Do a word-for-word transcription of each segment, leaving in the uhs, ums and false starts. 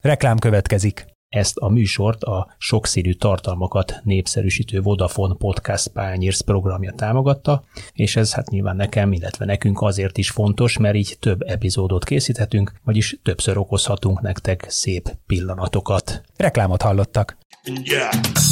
Reklám következik. Ezt a műsort a sokszínű tartalmakat népszerűsítő Vodafone Podcast Pioneers programja támogatta, és ez hát nyilván nekem, illetve nekünk azért is fontos, mert így több epizódot készíthetünk, vagyis többször okozhatunk nektek szép pillanatokat. Reklámot hallottak. Yeah.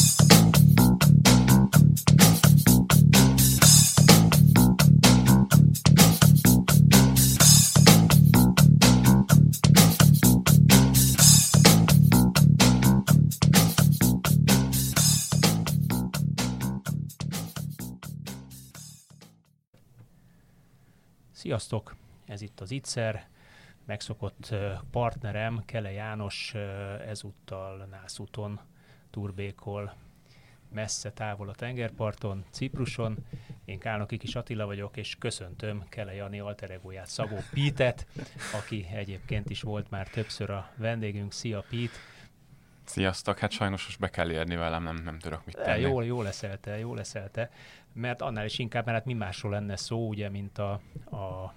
Sziasztok! Ez itt az Ittszer, megszokott partnerem Kele János ezúttal Nászúton turbékol, messze távol a tengerparton, Cipruson. Én Kálnoki Kis Attila vagyok, és köszöntöm Kele Jani alter egóját, Szabó Pítet, aki egyébként is volt már többször a vendégünk. Szia, Pít! Sziasztok! Hát sajnos most be kell érni velem, nem, nem tudok mit tenni. Jó, jó leszelte, jó leszelte, mert annál is inkább, mert hát mi másról lenne szó, ugye, mint a, a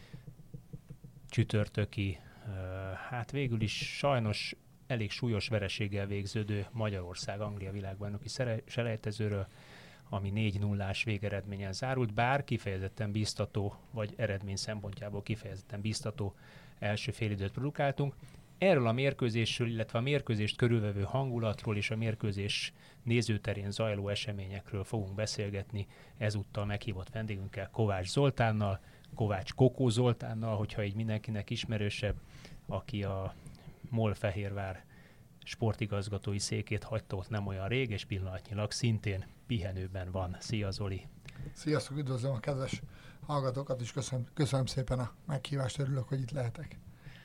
csütörtöki, hát végül is sajnos elég súlyos vereséggel végződő Magyarország-Anglia világbajnoki selejtezőről, ami négy nullás végeredményen zárult, bár kifejezetten biztató, vagy eredmény szempontjából kifejezetten biztató első félidőt produkáltunk. Erről a mérkőzésről, illetve a mérkőzést körülvevő hangulatról és a mérkőzés nézőterén zajló eseményekről fogunk beszélgetni ezúttal meghívott vendégünkkel, Kovács Zoltánnal, Kovács Kokó Zoltánnal, hogyha így mindenkinek ismerősebb, aki a Mol-Fehérvár sportigazgatói székét hagyta ott nem olyan rég, és pillanatnyilag szintén pihenőben van. Szia, Zoli! Sziasztok, üdvözlöm a kedves hallgatókat, és köszönöm, köszönöm szépen a meghívást, örülök, hogy itt lehetek.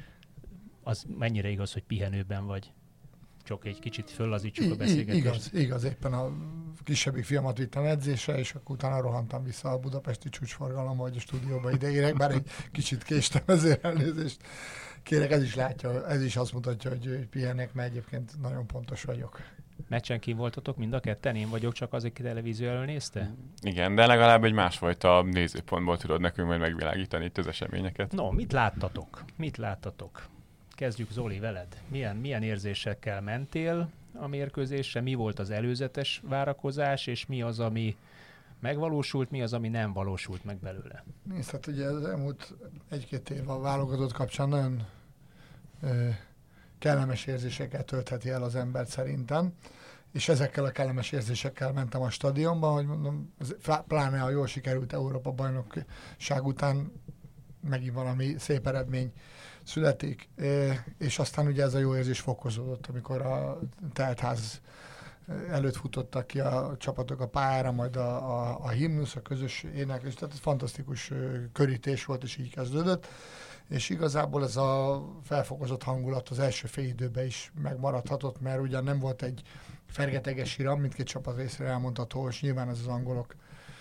Az mennyire igaz, hogy pihenőben vagy? Csak egy kicsit föllazítsuk a beszélgetést. Igaz, igaz, éppen a kisebbik fiamat vittem edzésre, és akkor utána rohantam vissza a budapesti csúcsforgalomba, vagy a stúdióba ideérek, bár egy kicsit késtem, ezért elnézést kérek, ez is látja, ez is azt mutatja, hogy pihenek, mert egyébként nagyon pontos vagyok. Meccsen kín voltatok mind a ketten? Én vagyok csak az, aki televízió elől nézte? Igen, de legalább egy másfajta nézőpontból tudod nekünk majd megvilágítani itt az eseményeket. No, mit láttatok? Mit láttatok? Kezdjük, Zoli, veled. Milyen, milyen érzésekkel mentél a mérkőzésre? Mi volt az előzetes várakozás, és mi az, ami megvalósult, mi az, ami nem valósult meg belőle? Nézd, hát ugye az elmúlt egy-két év a válogatott kapcsán nagyon ö, kellemes érzésekkel töltheti el az embert szerintem, és ezekkel a kellemes érzésekkel mentem a stadionba, hogy mondom, pláne a jól sikerült Európa-bajnokság után megint valami szép eredmény születik, és aztán ugye ez a jó érzés fokozódott, amikor a teltház előtt futottak ki a csapatok a pályára, majd a, a, a himnusz, a közös éneklés, tehát ez fantasztikus körítés volt, és így kezdődött, és igazából ez a felfokozott hangulat az első fél időben is megmaradhatott, mert ugyan nem volt egy fergeteges iram, mindkét csapat részéről elmondható, és nyilván ez az angolok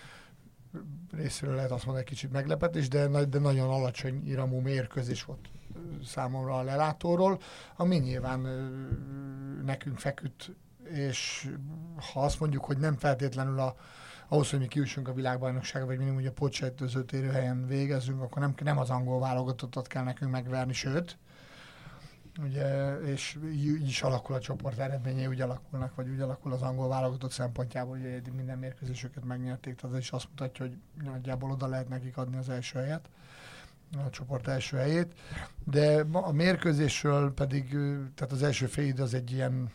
részéről lehet azt mondani egy kicsit meglepetés, de, de nagyon alacsony iramú mérkőzés volt számomra a lelátóról, ami nyilván nekünk feküdt, és ha azt mondjuk, hogy nem feltétlenül a, ahhoz, hogy mi kiüssünk a világbajnokságra, vagy minimum ugye a pótsejtőző térőhelyen végezzünk, akkor nem, nem az angol válogatottat kell nekünk megverni, sőt, ugye, és így is alakul a csoport eredményei, úgy alakulnak, vagy úgy alakul az angol válogatott szempontjából, ugye minden mérkőzésüket megnyerték, tehát ez is azt mutatja, hogy nagyjából oda lehet nekik adni az első helyet, a csoport első helyét, de a mérkőzésről pedig, tehát az első fél idő az egy ilyen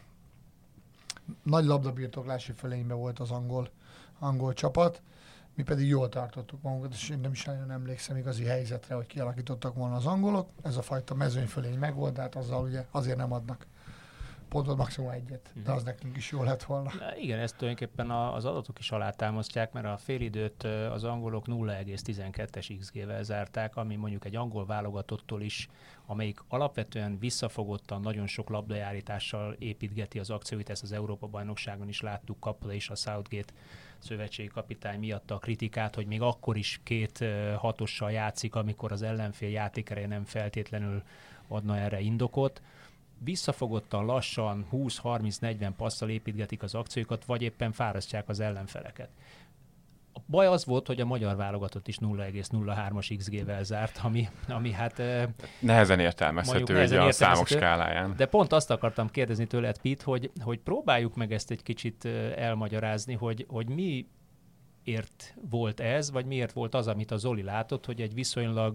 nagy labdabirtoklási fölényben volt az angol, angol csapat, mi pedig jól tartottuk magunkat, és én nem is nagyon emlékszem igazi helyzetre, hogy kialakítottak volna az angolok. Ez a fajta mezőnyfölény megvolt, de hát azzal ugye azért nem adnak pontot, maximum egyet, de az nekünk is jó lett volna. Na, igen, ezt tulajdonképpen az adatok is alátámasztják, mert a félidőt az angolok nulla egész tizenkettes iksz gé-vel zárták, ami mondjuk egy angol válogatottól is, amelyik alapvetően visszafogottan nagyon sok labdajárítással építgeti az akcióit, ezt az Európa-bajnokságon is láttuk, kapta is a Southgate szövetségi kapitány miatt a kritikát, hogy még akkor is két hatossal játszik, amikor az ellenfél játékereje nem feltétlenül adna erre indokot. Visszafogottan, lassan, húsz-harminc-negyven passzal építgetik az akciókat, vagy éppen fárasztják az ellenfeleket. A baj az volt, hogy a magyar válogatott is nulla egész nulla hármas iksz gé-vel zárt, ami, ami hát... Nehezen értelmezhető nehezen a számok értelmezhető, skáláján. De pont azt akartam kérdezni tőled, Pete, hogy, hogy próbáljuk meg ezt egy kicsit elmagyarázni, hogy, hogy miért volt ez, vagy miért volt az, amit a Zoli látott, hogy egy viszonylag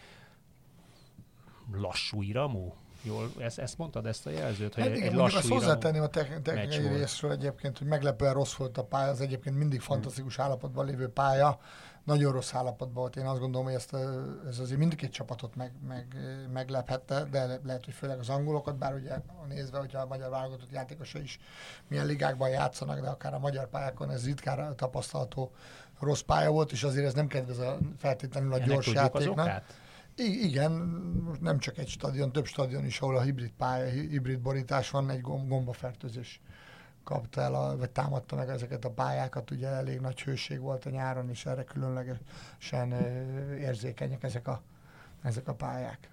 lassú iramú, jól, ezt, ezt mondtad, ezt a jelzőt, hogy hát egy igen, lassú azt iramú hozzátenném a technikai részről egyébként, hogy meglepően rossz volt a pálya, az egyébként mindig fantasztikus hmm. állapotban lévő pálya, nagyon rossz állapotban volt. Én azt gondolom, hogy ezt, ez azért mindkét csapatot meg, meg, meglephette, de lehet, hogy főleg az angolokat, bár ugye nézve, hogyha a magyar válogatott játékosai is milyen ligákban játszanak, de akár a magyar pályákon ez ritkán tapasztalható rossz pálya volt, és azért ez nem kedvez a, feltétlenül a ennek gyors játéknak. I- igen, nem csak egy stadion, több stadion is, ahol a hibrid pálya, hibrid borítás van, egy gomb- gombafertőzés kapta el, a, vagy támadta meg ezeket a pályákat, ugye elég nagy hőség volt a nyáron, és erre különlegesen ö, érzékenyek ezek a, ezek a pályák.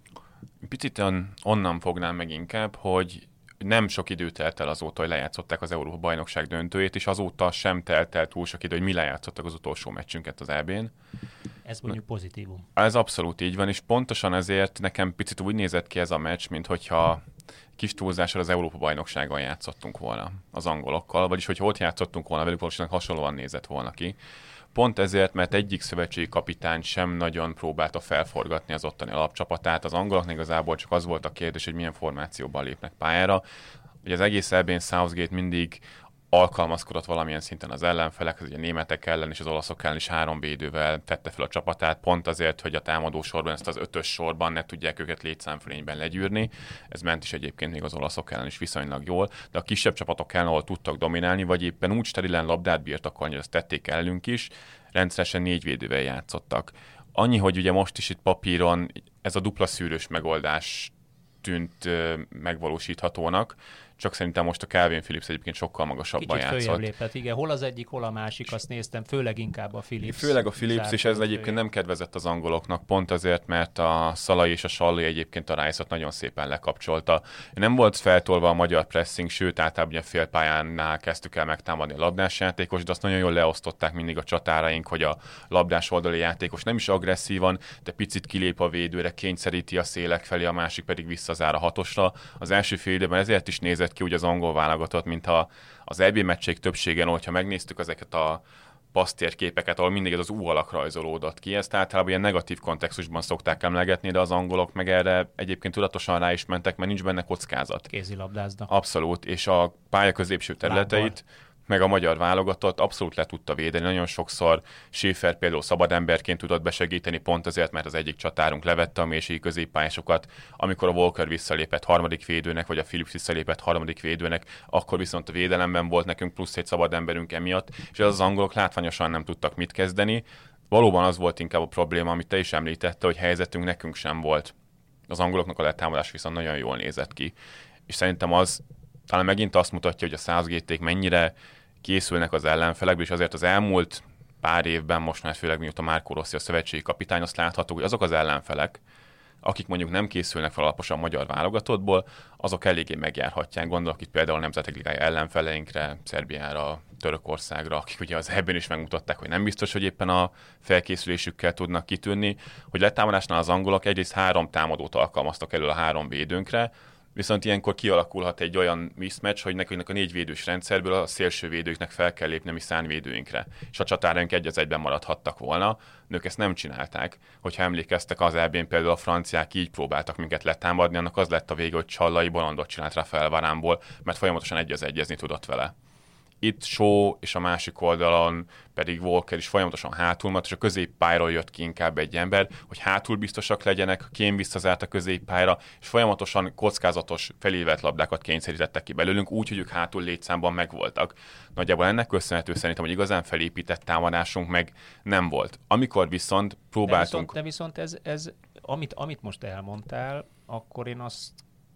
Picit on, onnan fognám meg inkább, hogy nem sok idő telt el azóta, hogy lejátszották az Európa-bajnokság döntőjét, és azóta sem telt el túl sok idő, hogy mi lejátszottak az utolsó meccsünket az é bén. Ez mondjuk pozitívum. Ez abszolút így van, és pontosan ezért nekem picit úgy nézett ki ez a meccs, mint hogyha kis túlzással az Európa-bajnokságon játszottunk volna az angolokkal, vagyis hogyha ott játszottunk volna velük, valószínűleg hasonlóan nézett volna ki. Pont ezért, mert egyik szövetségi kapitány sem nagyon próbálta felforgatni az ottani alapcsapatát. Az angoloknak igazából csak az volt a kérdés, hogy milyen formációban lépnek pályára. Ugye az egész é bén Southgate mindig alkalmazkodott valamilyen szinten az ellenfelekhez, ugye a németek ellen és az olaszok ellen is három védővel tette fel a csapatát, pont azért, hogy a támadó sorban, ezt az ötös sorban ne tudják őket létszámfölényben legyűrni. Ez ment is egyébként még az olaszok ellen is viszonylag jól, de a kisebb csapatok ellen, ahol tudtak dominálni, vagy éppen úgy sterilen labdát bírtak, hogy ezt tették ellenünk is, rendszeresen négy védővel játszottak. Annyi, hogy ugye most is itt papíron ez a dupla szűrős megoldás tűnt megvalósíthatónak, csak szerintem most a Calvin Phillips egyébként sokkal magasabban játszott. Kicsit följebb lépett, igen. Hol az egyik, hol a másik, azt néztem, főleg inkább a Phillips. Főleg a Phillips, és ez egyébként nem kedvezett az angoloknak, pont azért, mert a Szalai és a Salli egyébként a Rice-ot nagyon szépen lekapcsolta. Nem volt feltolva a magyar pressing, sőt, általában a félpályánál kezdtük el megtámadni a labdás játékos, de azt nagyon jól leosztották mindig a csatáraink, hogy a labdás oldali játékos nem is agresszívan, de picit kilép a védőre, kényszeríti a szélek felé, a másik pedig visszazár a hatosra. Az első fél időben ezért is nézett ki úgy az angol válogatott, mintha az é bé meccség többségen, hogyha megnéztük ezeket a passztérképeket, ahol mindig ez az U alak rajzolódott ki, ezt általában ilyen negatív kontextusban szokták emlegetni, de az angolok meg erre egyébként tudatosan rá is mentek, mert nincs benne kockázat. Kézilabdáznak. Abszolút, és a pálya középső területeit, Lábbal. meg a magyar válogatott abszolút le tudta védeni. Nagyon sokszor Schäfer például szabademberként tudott besegíteni, pont azért, mert az egyik csatárunk levette a mélységi középpályásokat. Amikor a Walker visszalépett harmadik védőnek, vagy a Phillips visszalépett harmadik védőnek, akkor viszont a védelemben volt nekünk plusz egy szabademberünk emiatt, és az angolok látványosan nem tudtak mit kezdeni. Valóban az volt inkább a probléma, amit te is említette, hogy helyzetünk nekünk sem volt. Az angoloknak a letámadás viszont nagyon jól nézett ki. És szerintem az talán megint azt mutatja, hogy a Southgate-ék mennyire készülnek az ellenfelekből, és azért az elmúlt pár évben, most már főleg mióta Marco Rossi a szövetségi kapitány, azt látható, hogy azok az ellenfelek, akik mondjuk nem készülnek fel alaposan magyar válogatottból, azok eléggé megjárhatják. Gondolok itt például a Nemzetek Ligája ellenfeleinkre, Szerbiára, Törökországra, akik ugye az ebben is megmutatták, hogy nem biztos, hogy éppen a felkészülésükkel tudnak kitűnni, hogy letámadásnál az angolok egyrészt három támadót alkalmaztak elő a három védőnkre, viszont ilyenkor kialakulhat egy olyan mismatch, hogy nekünk a négy védős rendszerből a szélső védőknek fel kell lépni a mi szárnyvédőinkre, és a csatáraink egy az egyben maradhattak volna. Nők ezt nem csinálták. Hogyha emlékeztek, az é bén például a franciák így próbáltak minket letámadni, annak az lett a vége, hogy Csallai bolondot csinált Rafael Varánból, mert folyamatosan egy az egyezni tudott vele. Itt Shaw és a másik oldalon pedig Walker is folyamatosan hátul maradt, és a középpályáról jött ki inkább egy ember, hogy hátul biztosak legyenek, Kane visszazárt a középpályára, és folyamatosan kockázatos felívelt labdákat kényszerítettek ki belőlünk, úgy, hogy ők hátul létszámban megvoltak. Nagyjából ennek köszönhető szerintem, hogy igazán felépített támadásunk meg nem volt. Amikor viszont próbáltunk... De viszont, de viszont ez, ez amit, amit most elmondtál, akkor én azt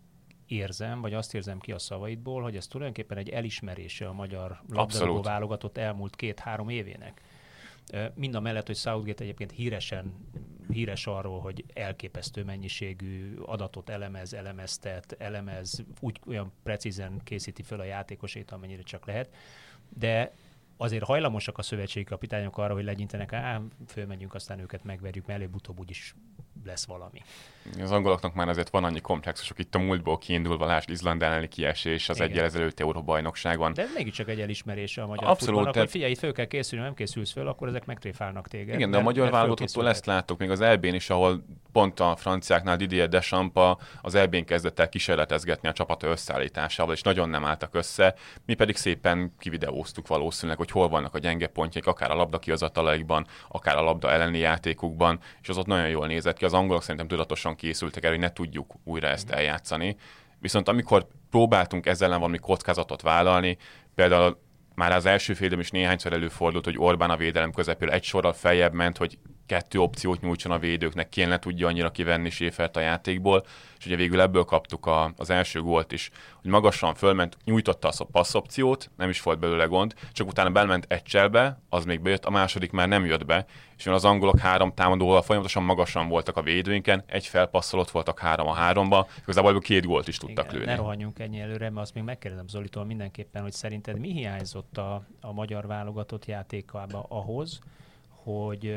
érzem, vagy azt érzem ki a szavaidból, hogy ez tulajdonképpen egy elismerése a magyar labdarúgó válogatott elmúlt két-három évének. Mind a mellett, hogy Southgate egyébként híresen, híres arról, hogy elképesztő mennyiségű adatot elemez, elemeztet, elemez, úgy olyan precízen készíti föl a játékosét, amennyire csak lehet, de azért hajlamosak a szövetségi kapitányok arra, hogy legyintenek, á, fölmegyünk, aztán őket megverjük, mert előbb-utóbb úgyis lesz valami. Az angoloknak már azért van annyi komplexusok, itt a múltból kiindulva, lásd Izland elleni kiesés az egyel ezelőtti Európa-bajnokságon. De ez mégiscsak egy elismerése a magyar Abszolút, futballnak, tehát... hogy figyelj, föl kell készülni, nem készülsz föl, akkor ezek megtréfálnak téged. Igen, de a magyar válogatottól ezt láttuk, még az é bén is, ahol pont a franciáknál Didier Deschamps az é bén kezdett el kísérletezgetni a csapata összeállításával, és nagyon nem álltak össze. Mi pedig szépen kivideóztuk valószínűleg, hogy hol vannak a gyenge pontjaik, akár a labda kihozatalaikban, akár a labda elleni játékukban, és az ott nagyon jól nézett ki. Az angolok szerintem tudatosan készültek el, hogy ne tudjuk újra ezt eljátszani. Viszont amikor próbáltunk ezzel ellen valami kockázatot vállalni, például már az első félidőben is néhányszor előfordult, hogy Orbán a védelem közepéről egy sorral feljebb ment, hogy kettő opciót nyújtson a védőknek, kéne tudja annyira kivenni Schäfert a játékból, és ugye végül ebből kaptuk a, az első gólt is, hogy magasan fölment, nyújtotta a passzopciót, nem is volt belőle gond, csak utána belment egy cselbe, az még bejött, a második már nem jött be, és az angolok három támadóval folyamatosan magasan voltak a védőinken, egy felpasszolott voltak három a háromba, igazából két gólt is tudtak Igen, lőni. Ne rohanjunk ennyi előre, mert azt még megkérdezem Zolitól mindenképpen, hogy szerinted mi hiányzott a, a magyar válogatott játékába ahhoz, hogy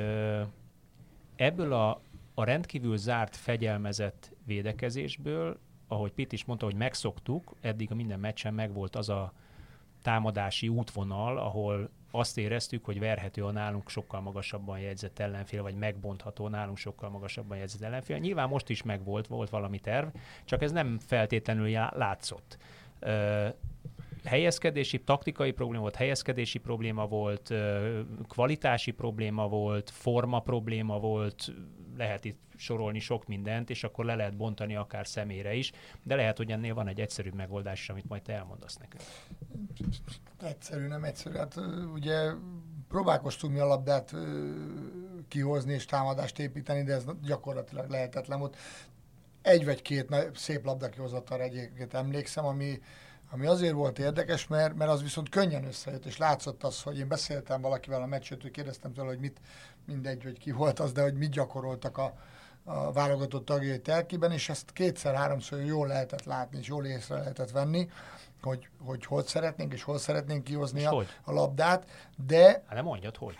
ebből a, a rendkívül zárt, fegyelmezett védekezésből, ahogy Pitt is mondta, hogy megszoktuk, eddig a minden meccsen megvolt az a támadási útvonal, ahol azt éreztük, hogy verhető a nálunk sokkal magasabban jegyzett ellenfél, vagy megbontható nálunk sokkal magasabban jegyzett ellenfél. Nyilván most is megvolt, volt valami terv, csak ez nem feltétlenül látszott. Ö, helyezkedési, taktikai probléma volt, helyezkedési probléma volt, kvalitási probléma volt, forma probléma volt, lehet itt sorolni sok mindent, és akkor le lehet bontani akár személyre is, de lehet, hogy ennél van egy egyszerűbb megoldás is, amit majd te elmondasz nekünk. Egyszerű, nem egyszerű. Hát ugye próbálkoztunk mi a labdát kihozni és támadást építeni, de ez gyakorlatilag lehetetlen volt. Egy vagy két szép labda kihozatalra egyébként emlékszem, ami Ami azért volt érdekes, mert, mert az viszont könnyen összejött, és látszott az, hogy én beszéltem valakivel a meccsőt, hogy kérdeztem tőle, hogy mit, mindegy, hogy ki volt az, de hogy mit gyakoroltak a, a válogatott tagjai telkiben, és ezt kétszer-háromszor jól lehetett látni, és jól észre lehetett venni, hogy hogy, hogy szeretnénk, és hol szeretnénk kihozni a, a labdát, de... Hát nem mondjad, hogy.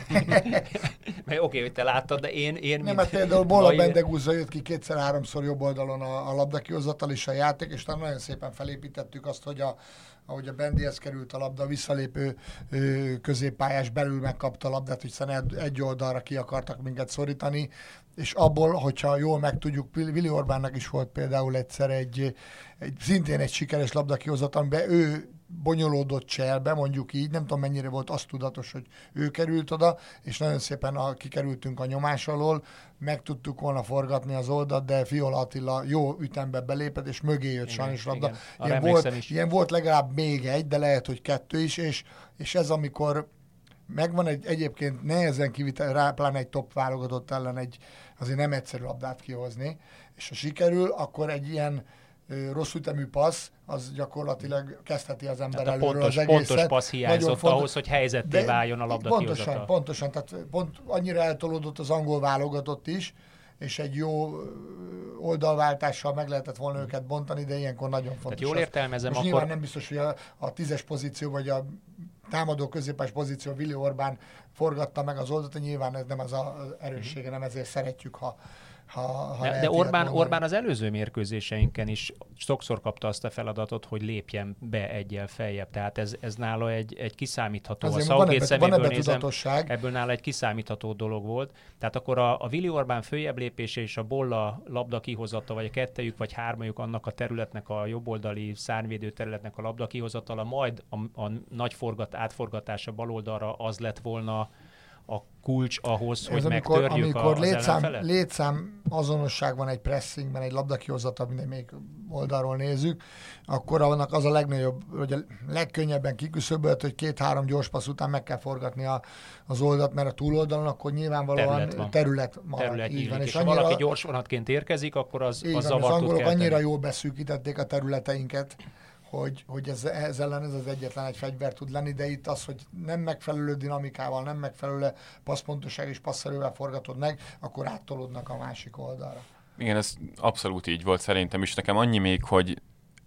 Mert oké, hogy te láttad, de én... én nem, mert például Bola Bendegúzza jött ki kétszer-háromszor jobb oldalon a, a labda kihozatal és a játék, és nagyon szépen felépítettük azt, hogy a, ahogy a Bendihez került a labda, a visszalépő ö, középpályás belül megkapta a labdát, hiszen egy oldalra ki akartak minket szorítani, és abból, hogyha jól megtudjuk, Vili Orbánnak is volt például egyszer egy, egy szintén egy sikeres labda kihozatal, amiben ő bonyolódott cselbe, mondjuk így, nem tudom mennyire volt az tudatos, hogy ő került oda, és nagyon szépen a, kikerültünk a nyomás alól, meg tudtuk volna forgatni az oldalt, de Fiola Attila jó ütembe belépett, és mögé jött sajnos labda. Ilyen volt, ilyen volt legalább még egy, de lehet, hogy kettő is, és, és ez amikor megvan egy egyébként nehezen kivitel, rá, pláne egy top válogatott ellen egy azért nem egyszerű labdát kihozni, és ha sikerül, akkor egy ilyen ö, rossz ütemű passz, az gyakorlatilag kezdheti az ember tehát előről pontos, az egészet. Pontos passz hiányzott fontos, ahhoz, hogy helyzetté váljon a labda pontosan, kihozata. Pontosan, tehát pont annyira eltolódott az angol válogatott is, és egy jó oldalváltással meg lehetett volna hmm. őket bontani, de ilyenkor nagyon fontos. Tehát jól értelmezem, most akkor... nyilván nem biztos, hogy a, a tízes pozíció, vagy a támadó középes pozíció Vili Orbán forgatta meg az oldalt, nyilván ez nem az az erőssége, hmm. nem ezért szeretjük, ha Ha, ha de de Orbán, Orbán az előző mérkőzéseinken is sokszor kapta azt a feladatot, hogy lépjen be egyel feljebb. Tehát ez, ez nála egy, egy kiszámítható. Azért a Southgate szeméből nézem, tudatosság. Ebből nála egy kiszámítható dolog volt. Tehát akkor a, a Vili Orbán följebb lépése és a Bolla labda kihozata, vagy a kettejük, vagy hármajuk annak a területnek, a jobboldali szárnyvédő területnek a labda kihozatala, majd a, a nagy forgat, átforgatása baloldalra az lett volna a kulcs ahhoz, hogy amikor, megtörjük amikor az létszám, ellenfelet? létszám azonosság van egy pressingben, egy labdakihozata, minden még oldalról nézzük, akkor annak az a legnagyobb, hogy a legkönnyebben kiküszöbölt, hogy két-három gyors passz után meg kell forgatni a, az oldalt, mert a túloldalon akkor nyilvánvalóan terület, van. terület marad. Terület így van. És, és ha annyira, valaki gyors vonatként érkezik, akkor az, az zavart Az angolok tud kelteni. annyira jól beszűkítették a területeinket, hogy, hogy ez, ez ellen ez az egyetlen egy fegyver tud lenni, de itt az, hogy nem megfelelő dinamikával, nem megfelelő passzpontosság és passzerővel forgatod meg, akkor áttolódnak a másik oldalra. Igen, ez abszolút így volt szerintem is. Nekem annyi még, hogy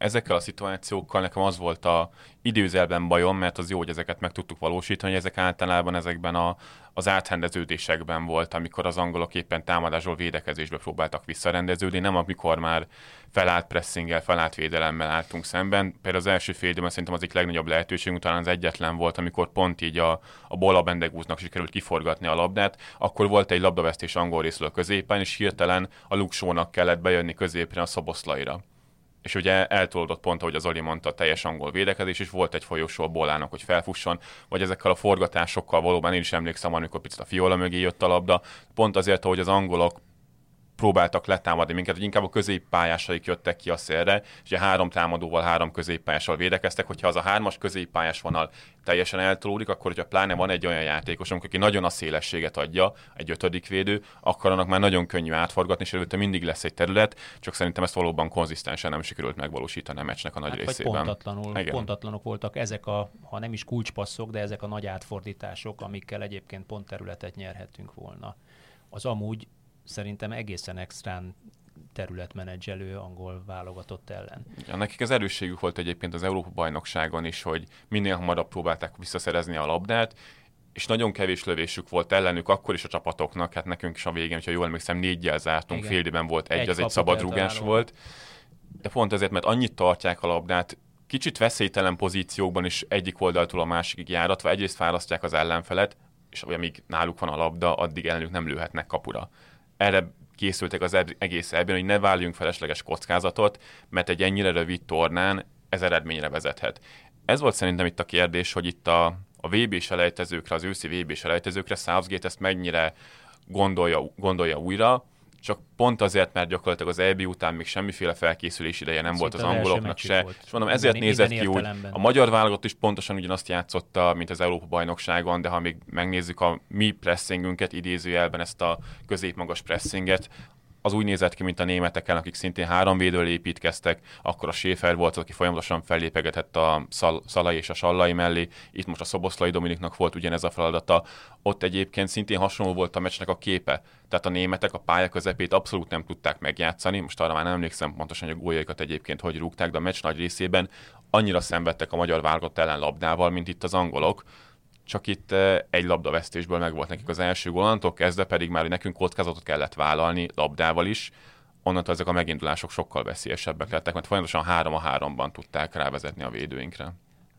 ezekkel a szituációkkal nekem az volt a időzelben bajom, mert az jó, hogy ezeket meg tudtuk valósítani, hogy ezek általában ezekben a, az áthendeződésekben volt, amikor az angolok éppen támadásról védekezésbe próbáltak visszarendeződni, nem amikor már felállt pressinggel, felállt védelemmel álltunk szemben. Például az első fél időben szerintem az egyik legnagyobb lehetőségünk talán az egyetlen volt, amikor pont így a, a Bola Bendegúznak sikerült kiforgatni a labdát, akkor volt egy labdavesztés angol részről a középen, és hirtelen a Luke Shaw-nak kellett bejönni középre a Szoboszlaira. És ugye eltolódott pont, ahogy az Oli mondta, a teljes angol védekezés, és volt egy folyosó a Bolának, hogy felfusson, vagy ezekkel a forgatásokkal valóban én is emlékszem, amikor picit a Fiola mögé jött a labda, pont azért, ahogy az angolok próbáltak letámadni minket, hogy inkább a középpályásaik jöttek ki a szélre, és ugye három támadóval, három középpályással védekeztek, hogyha az a hármas középpályás vonal teljesen eltolódik, akkor hogyha pláne van egy olyan játékosunk, aki nagyon a szélességet adja, egy ötödik védő, akkor annak már nagyon könnyű átforgatni, és előtte mindig lesz egy terület, csak szerintem ezt valóban konzisztensen nem sikerült megvalósítani a meccsnek a nagy hát, részében. Vagy pontatlanul, pontatlanok voltak ezek a, ha nem is kulcspasszok, de ezek a nagy átfordítások, amikkel egyébként pont területet nyerhetünk volna. Az amúgy szerintem egészen extrán területmenedzselő angol válogatott ellen. Ja, nekik az erősségük volt egyébként az Európa-bajnokságon is, hogy minél hamarabb próbálták visszaszerezni a labdát, és nagyon kevés lövésük volt ellenük, akkor is a csapatoknak, hát nekünk is a végén, hogyha jól emlékszem, négyel zártunk, fél időben volt egy, egy az egy szabadrúgás volt. De pont ezért, mert annyit tartják a labdát, kicsit veszélytelen pozíciókban is egyik oldaltól a másikig járatva, egyrészt fárasztják az ellenfelet, és amíg náluk van a labda, addig ellenük nem lőhetnek kapura. Erre készültek az egész ebben, hogy ne váljunk felesleges kockázatot, mert egy ennyire rövid tornán ez eredményre vezethet. Ez volt szerintem itt a kérdés, hogy itt a, a vé bé selejtezőkre, az őszi vé bé selejtezőkre Southgate ezt mennyire gondolja, gondolja újra, csak pont azért, mert gyakorlatilag az é bé után még semmiféle felkészülés ideje nem Szinte volt az angoloknak se. Volt. És mondom, ezért minden, nézett minden ki úgy. A magyar válogatott is pontosan ugyanazt játszotta, mint az Európa-bajnokságon, de ha még megnézzük a mi pressingünket, idézőjelben ezt a középmagas pressinget, az úgy nézett ki, mint a németeken, akik szintén három védőről építkeztek, akkor a Schäfer volt, aki folyamatosan fellépegetett a Szal- Szalai és a Sallai mellé, itt most a Szoboszlai Dominiknak volt ugyanez a feladata. Ott egyébként szintén hasonló volt a meccsnek a képe, tehát a németek a pálya közepét abszolút nem tudták megjátszani, most arra már nem emlékszem pontosan, hogy a góljaikat egyébként hogy rúgták, de a meccs nagy részében annyira szenvedtek a magyar válogatott ellen labdával, mint itt az angolok. Csak itt egy labdavesztésből meg volt nekik az első gól, onnantól kezdve pedig már, hogy nekünk kockázatot kellett vállalni labdával is, onnantól ezek a megindulások sokkal veszélyesebbek lettek, mert folyamatosan három a háromban tudták rávezetni a védőinkre.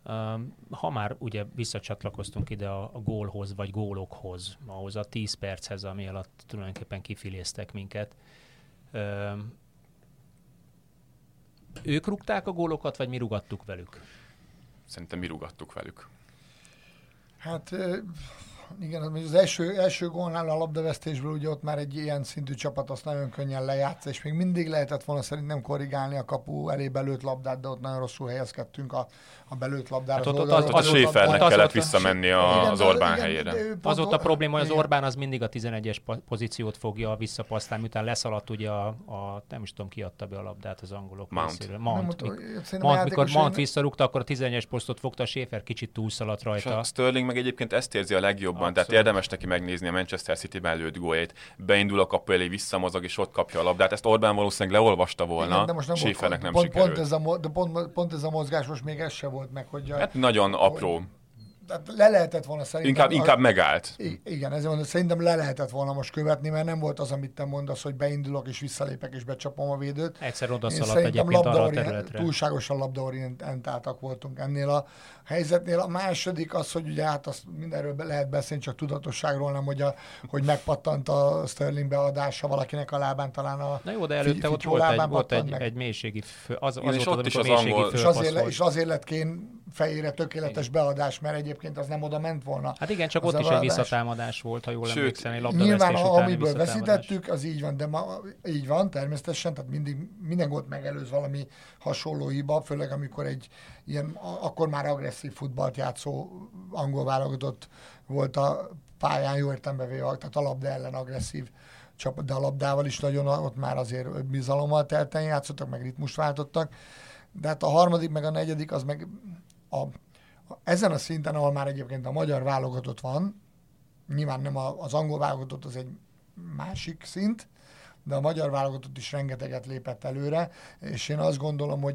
Ha már ugye visszacsatlakoztunk ide a, a gólhoz, vagy gólokhoz, ahhoz a tíz perchez, ami alatt tulajdonképpen kifiléztek minket, ők rúgták a gólokat, vagy mi rúgattuk velük? Szerintem mi rúgattuk velük. Hát igen, az első, első gólnál a labdavesztésből ugye ott már egy ilyen szintű csapat azt nagyon könnyen lejátsza, és még mindig lehetett volna szerintem korrigálni a kapu elé belőtt labdát, de ott nagyon rosszul helyezkedtünk a, a belőtt labdára. Hát az ott, az, az, az, az Schäfernek kellett volt, visszamenni a, igen, az Orbán igen, helyére. Az ott a probléma, hogy az Orbán az mindig a tizenegyes pozíciót fogja visszapassztálni, miután leszaladt ugye a, a nem is tudom ki adta be a labdát az angolok Mount. részéről. Mount. Nem, Mik, Mount mikor Mount visszarúgta, akkor a tizenegyes posztot fogta, a Schäfer kicsit túlszaladt rajta. És a Sterling meg egyébként ezt érzi a legjobban, abszolút. Tehát érdemes neki megnézni a Manchester City-ben lőtt góljait. Beindul a kapu elé, visszamozog, és ott kapja a labdát. Ezt Orbán valószínűleg leolvasta volna, igen, de most nem Schäfernek nem pont, sikerült. Pont ez, a, de pont, pont ez a mozgás most még ez se volt meg, hogy... A, hát nagyon apró. Hogy, le lehetett volna szerintem... Inkább, inkább megállt. Igen, ezért mondom, szerintem le lehetett volna most követni, mert nem volt az, amit te mondasz, hogy beindulok és visszalépek és becsapom a védőt. Egyszer odaszaladt egyébként arra a területre. Túlságosan labdaorientáltak voltunk ennél a helyzetnél. A második az, hogy ugye hát azt mindenről lehet beszélni, csak tudatosságról nem, hogy, a, hogy megpattant a Sterling beadása valakinek a lábán, talán a Na jó, de előtte ott volt egy, volt egy, egy mélységi fő, az, az és volt, ott is az angol. És azért, és azért lett Kén fejére tökéletes igen. beadás, mert egyébként az nem oda ment volna. Hát igen, csak ott is egy visszatámadás volt, ha jól Sőt, emlékszem, egy labdavesztés utáni nyilván, amiből veszítettük, az így van, de ma, így van természetesen, tehát mindig, minden gólt megelőz valami hasonló hiba, főleg amikor egy ilyen, akkor már agresszív futballt játszó angol válogatott volt a pályán, jó értelembe véve, tehát a labda ellen agresszív csapat, de a labdával is nagyon, ott már azért bizalommal telten játszottak, meg ritmust váltottak, de hát a harmadik, meg a negyedik, az meg a ezen a szinten, ahol már egyébként a magyar válogatott van, nyilván nem a, az angol válogatott az egy másik szint, de a magyar válogatott is rengeteget lépett előre, és én azt gondolom, hogy,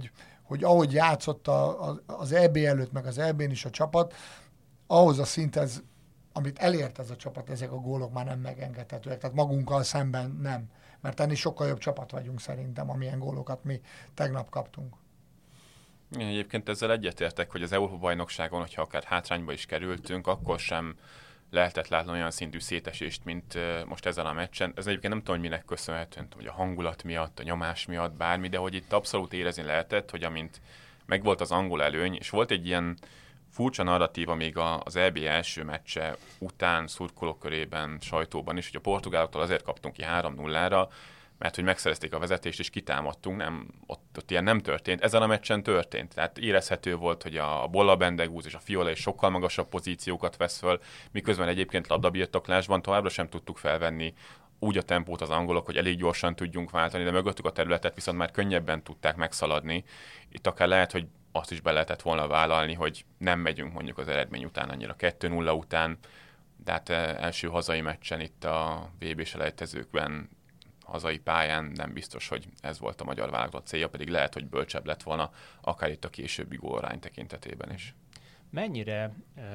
hogy ahogy játszott a, a, az é bé előtt, meg az é bén is a csapat, ahhoz a szinthez, amit elért ez a csapat, ezek a gólok már nem megengedhetőek. Tehát magunkkal szemben nem. Mert ennél sokkal jobb csapat vagyunk szerintem, amilyen gólokat mi tegnap kaptunk. Én egyébként ezzel egyetértek, hogy az Európa-bajnokságon, hogyha akár hátrányba is kerültünk, akkor sem lehetett látni olyan szintű szétesést, mint most ezen a meccsen. Ez egyébként nem tudom, hogy minek köszönhetően, hogy a hangulat miatt, a nyomás miatt, bármi, de hogy itt abszolút érezni lehetett, hogy amint megvolt az angol előny, és volt egy ilyen furcsa narratíva még az é bé első meccse után szurkolók körében, sajtóban is, hogy a portugáloktól azért kaptunk ki három nullára, mert hogy megszerezték a vezetést és kitámadtunk, nem, ott, ott ilyen nem történt. Ezen a meccsen történt, tehát érezhető volt, hogy a Bolla Bendegúz és a Fiola is sokkal magasabb pozíciókat vesz föl, miközben egyébként labdabirtoklásban továbbra sem tudtuk felvenni úgy a tempót az angolok, hogy elég gyorsan tudjunk váltani, de mögöttük a területet viszont már könnyebben tudták megszaladni. Itt akár lehet, hogy azt is be lehetett volna vállalni, hogy nem megyünk mondjuk az eredmény után annyira kettő nulla után, de hát első hazai meccsen itt a vé bé-selejtezőkben hazai pályán nem biztos, hogy ez volt a magyar válogatott célja, pedig lehet, hogy bölcsebb lett volna, akár itt a későbbi gólarány tekintetében is. Mennyire,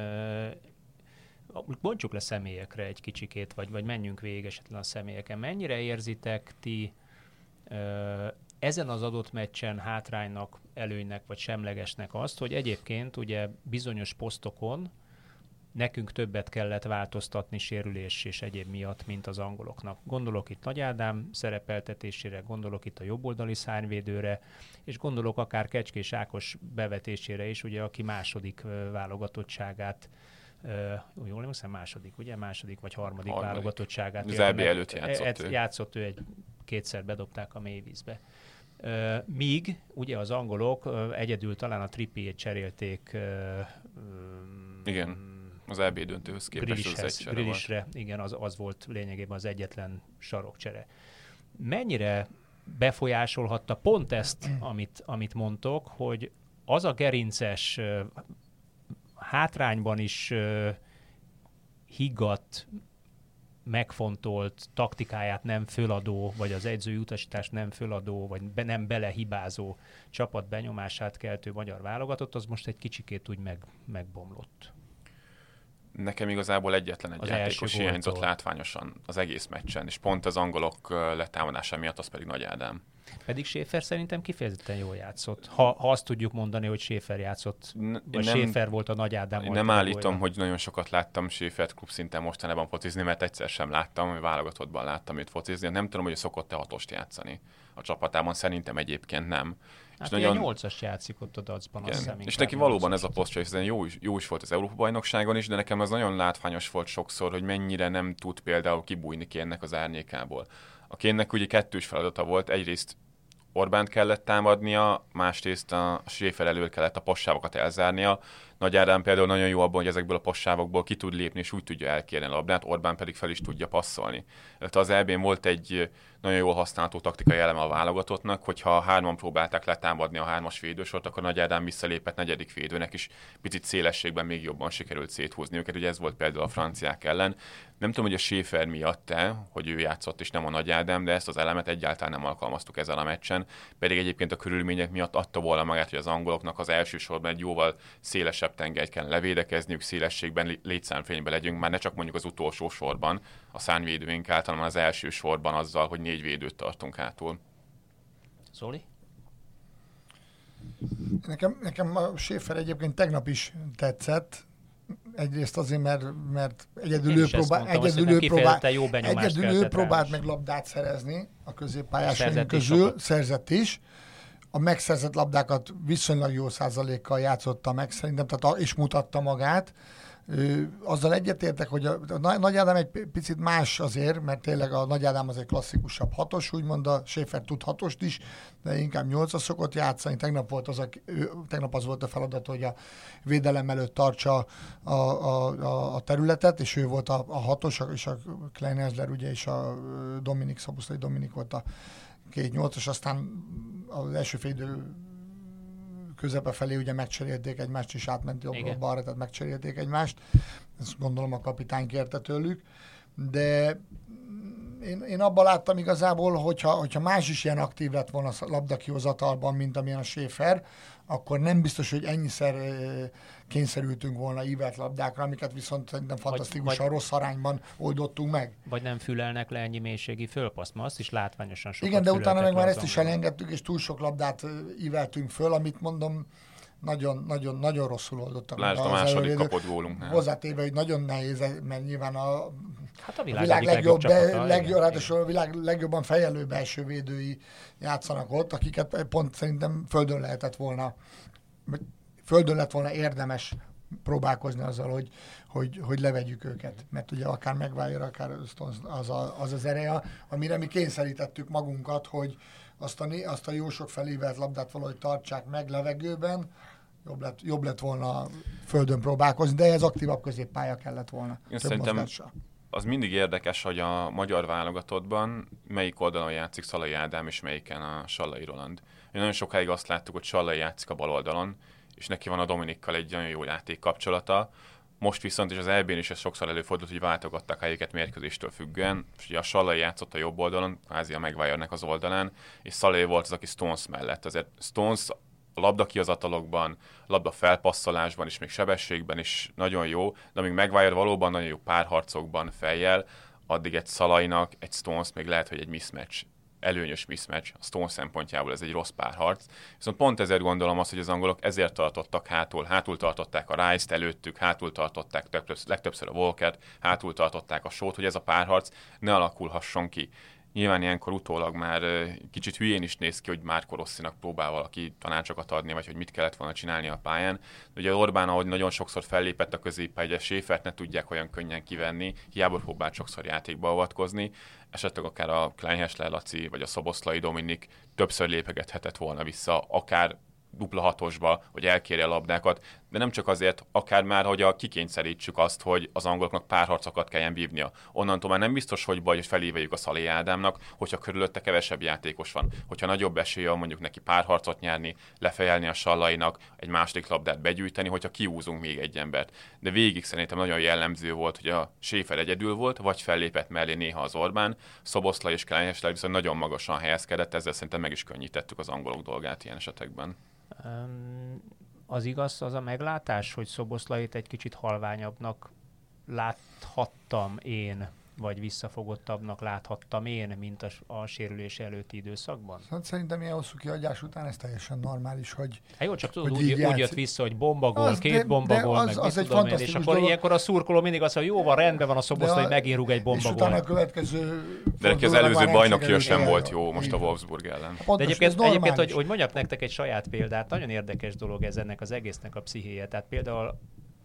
uh, bontsuk le személyekre egy kicsikét, vagy, vagy menjünk végig esetlen a személyeken, mennyire érzitek ti uh, ezen az adott meccsen hátránynak, előnynek, vagy semlegesnek azt, hogy egyébként ugye bizonyos posztokon nekünk többet kellett változtatni sérülés és egyéb miatt, mint az angoloknak. Gondolok itt Nagy Ádám szerepeltetésére, gondolok itt a jobboldali szárnyvédőre, és gondolok akár Kecskés Ákos bevetésére is, ugye, aki második válogatottságát, uh, jól emlékszem, második, ugye? Második vagy harmadik, harmadik. válogatottságát. Az é bé előtt játszott ő. Játszott ő, egy, kétszer bedobták a mélyvízbe. Uh, míg ugye az angolok uh, egyedül talán a Trippiét cserélték. Uh, Igen. Az é bé döntőhöz képest az egy csere volt. Igen, az, az volt lényegében az egyetlen sarokcsere. Mennyire befolyásolhatta pont ezt, amit, amit mondtok, hogy az a gerinces, uh, hátrányban is uh, higgadt, megfontolt, taktikáját nem föladó, vagy az edzői utasítást nem föladó, vagy be, nem belehibázó csapat benyomását keltő magyar válogatott, az most egy kicsikét úgy meg, megbomlott. Nekem igazából egyetlen egy az játékos hiányzott látványosan az egész meccsen, és pont az angolok letámadása miatt az pedig Nagy Ádám. Pedig Schäfer szerintem kifejezetten jól játszott. Ha, ha azt tudjuk mondani, hogy Schäfer játszott, N- vagy nem, Schäfer volt a Nagy Ádám. Én nem állítom, hogy nagyon sokat láttam Schäfert klubszinten mostanában focizni, mert egyszer sem láttam, hogy válogatottban láttam őt focizni. Nem tudom, hogy szokott-e hatost játszani a csapatában, szerintem egyébként nem. Hát és nagyon nyolcas játszik ott a dacban, azt hiszem. És neki valóban ez a posztja, hiszen jó is, jó is volt az Európa-bajnokságon is, de nekem az nagyon látványos volt sokszor, hogy mennyire nem tud például kibújni Kénnek az árnyékából. A Kénnek ugye kettős feladata volt, egyrészt Orbánt kellett támadnia, másrészt a Schäfer elől kellett a passávokat elzárnia. Nagy Ádám például nagyon jó abban, hogy ezekből a passávokból ki tud lépni, és úgy tudja elkérni a labdát, Orbán pedig fel is tudja passzolni. Tehát az é bén volt egy nagyon jól használható taktikai eleme a válogatottnak, hogyha hárman próbálták letámadni a hármas védősort, akkor Nagy Ádám visszalépett negyedik védőnek is picit szélességben még jobban sikerült széthúzni őket. Ugye ez volt például a franciák ellen. Nem tudom, hogy a Schäfer miatt-e, hogy ő játszott és nem a Nagy Ádám, de ezt az elemet egyáltalán nem alkalmaztuk ezen a meccsen. Pedig egyébként a körülmények miatt adta volna magát, hogy az angoloknak az első sorban egy jóval szélesebb tengelyt kell levédekezniük, szélességben, létszámfényben legyünk, már ne csak mondjuk az utolsó sorban a szárnyvédőink által, hanem az első sorban azzal, hogy négy védőt tartunk hátul. Zoli? Nekem, nekem a Schäfer egyébként tegnap is tetszett. Egyrészt azért, mert, mert egyedül ő, próbál, egyedül ő, próbál, egyedül ő próbált meg labdát szerezni a középpályásunk közül, sokat. Szerzett is. A megszerzett labdákat viszonylag jó százalékkal játszotta meg szerintem, tehát és mutatta magát. Azzal egyetértek, hogy a, a Nagy Ádám egy picit más azért, mert tényleg a Nagy Ádám az egy klasszikusabb hatos, úgymond a Schäfer tud hatost is, de inkább nyolcas szokott játszani. Tegnap, volt az a, tegnap az volt a feladat, hogy a védelem előtt tartsa a, a, a, a területet, és ő volt a, a hatos, és a Klein Ezler, ugye, és a Dominik, Szabusztai Dominik volt a két nyolcas, aztán az első fél idő közepe felé ugye megcserélték egymást, és átment jobbra balra, tehát megcserélték egymást. Ezt gondolom a kapitány kérte tőlük. De én, én abban láttam igazából, hogyha, hogyha más is ilyen aktív lett volna a labdakihozatalban, mint amilyen a Schäfer, akkor nem biztos, hogy ennyiszer kényszerültünk volna ívelt labdákra, amiket viszont szerintem fantasztikusan rossz arányban oldottunk meg. Vagy nem fülelnek le ennyi mélységi fölpaszt, ma azt is látványosan sokat igen, de utána meg már ezt angolok. is elengedtük, és túl sok labdát íveltünk föl, amit mondom, nagyon, nagyon, nagyon rosszul oldottak. Lásd, a második kapott gólunk. Hozzátéve, hogy nagyon nehéz, mert nyilván a, hát a világ, világ, világ legjobb, legjobb, be, legjobb, ráadásul a világ legjobban fejelő belső védői játszanak ott, akiket pont szerintem földön lehetett volna, földön lett volna érdemes próbálkozni azzal, hogy, hogy, hogy levegyük őket. Mert ugye akár Maguire, akár az, a, az az ereje, amire mi kényszerítettük magunkat, hogy azt a, azt a jó sok felívelt labdát valahogy tartsák meg levegőben, jobb lett, jobb lett volna földön próbálkozni, de ez aktívabb középpálya kellett volna. Én szerintem az mindig érdekes, hogy a magyar válogatottban melyik oldalon játszik Szalai Ádám, és melyiken a Sallai Roland. Én nagyon sokáig azt láttuk, hogy Sallai játszik a bal oldalon, és neki van a Dominikkal egy nagyon jó játék kapcsolata. Most viszont, és az é bén is ez sokszor előfordult, hogy váltogattak helyeket mérkőzéstől függően, és ugye a Sallai játszott a jobb oldalon, kvázi a Maguire-nek az oldalán, és Szalai volt az, aki Stones mellett. Azért Stones a labdakihozatalokban, labda felpasszolásban és még sebességben is nagyon jó, de amíg Maguire valóban nagyon jó párharcokban fejjel, addig egy Szalainak, egy Stones még lehet, hogy egy mismatch, előnyös mismatch, a Stones szempontjából ez egy rossz párharc. Viszont pont ezért gondolom azt, hogy az angolok ezért tartottak hátul, hátul tartották a Rice-t előttük, hátul tartották többször, legtöbbször a Walkert, hátul tartották a Shaw-t, hogy ez a párharc ne alakulhasson ki. Nyilván ilyenkor utólag már kicsit hülyén is néz ki, hogy Marco Rossinak próbál valaki tanácsokat adni, vagy hogy mit kellett volna csinálni a pályán. De ugye Orbán, ahogy nagyon sokszor fellépett a középpályára, Schäfert ne tudják olyan könnyen kivenni, hiába próbált sokszor játékba avatkozni, esetleg akár a Kleinhässler Laci, vagy a Szoboszlai Dominik többször lépegethetett volna vissza, akár dupla hatosba, hogy elkérje a labdákat, de nem csak azért, akár már, hogy a kikényszerítsük azt, hogy az angoloknak párharcokat kelljen vívnia. Onnantól már nem biztos, hogy baj, hogy feléveljük a Szalai Ádámnak, hogyha körülötte kevesebb játékos van. Hogyha nagyobb esélye van mondjuk neki párharcot nyerni, lefejelni a Sallainak, egy második labdát begyűjteni, hogyha kiúzunk még egy embert. De végig szerintem nagyon jellemző volt, hogy a Schäfer egyedül volt, vagy fellépett mellé néha az Orbán, Szoboszlai és Kleinhässler viszont nagyon magasan helyezkedett, ezzel szerintem meg is könnyítettük az angolok dolgát ilyen esetekben. Um, az igaz, az a meglátás, hogy Szoboszlait egy kicsit halványabbnak láthattam én, vagy visszafogottabbnak láthattam én, mint a, a sérülés előtti időszakban? Hát szerintem ilyen hosszú kiadás után ez teljesen normális, hogy hát jó, csak tudod, úgy, úgy jött vissza, hogy bombagól, az, két bombagól, meg az, az mit tudom én, és akkor dolog. Ilyenkor a szurkoló mindig azt mondja, jó van, rendben van a Szoboszlai, megint rúg egy bombagól. És utána a következő... De neki az előző bajnokja sem volt jó most a Wolfsburg ellen. De egyébként, egyébként hogy, hogy mondjak nektek egy saját példát, nagyon érdekes dolog ez ennek az egésznek a pszichéje. Tehát például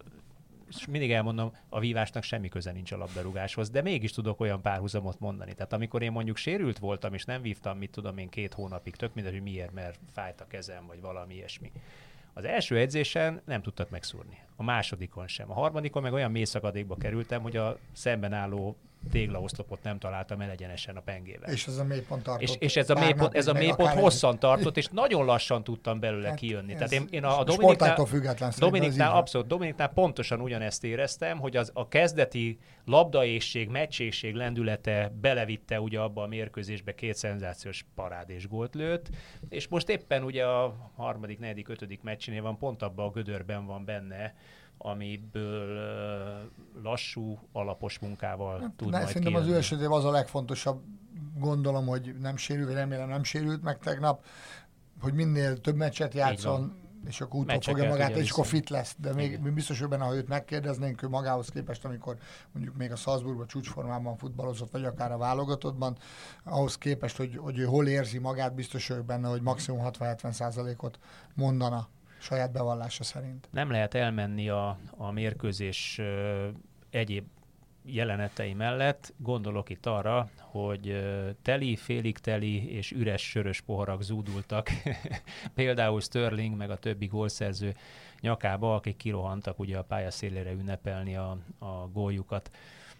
és mindig elmondom, a vívásnak semmi köze nincs a labdarúgáshoz, de mégis tudok olyan párhuzamot mondani. Tehát amikor én mondjuk sérült voltam, és nem vívtam, mit tudom én, két hónapig, tök mindegy, hogy miért, mert fájt a kezem, vagy valami ilyesmi. Az első edzésen nem tudtak megszúrni. A másodikon sem. A harmadikon meg olyan mély szakadékba kerültem, hogy a szemben álló téglaoszlopot nem találtam el egyenesen a pengével. És ez a mélypont tartott. És, és ez a mélypont, ez a mélypont hosszan tartott, és nagyon lassan tudtam belőle hát kijönni. Tehát én, én a, a Dominiknál, Dominiknál abszolút, Dominiknál pontosan ugyanezt éreztem, hogy az, a kezdeti labdaészség, meccsészség lendülete belevitte ugye abba a mérkőzésbe két szenzációs parád és gólt lőtt, és most éppen ugye a harmadik, negyedik, ötödik meccsénél van, pont abban a gödörben van benne, amiből uh, lassú, alapos munkával hát, tud majd szerintem kijönni. Az ő esetében az a legfontosabb, gondolom, hogy nem sérült, remélem nem sérült meg tegnap, hogy minél több meccset játszon, és akkor úton fogja magát, és akkor fit lesz. De még igen. Biztos, hogy benne, ha őt megkérdeznénk, ő magához képest, amikor mondjuk még a Salzburgban csúcsformában futballozott, vagy akár a válogatottban, ahhoz képest, hogy, hogy ő hol érzi magát, biztos vagyok benne, hogy maximum hatvan-hetven százalékot mondana saját bevallása szerint. Nem lehet elmenni a, a mérkőzés ö, egyéb jelenetei mellett. Gondolok itt arra, hogy ö, teli, félig teli és üres sörös poharak zúdultak. Például Sterling meg a többi gólszerző nyakába, akik kirohantak ugye a pálya szélére ünnepelni a, a góljukat.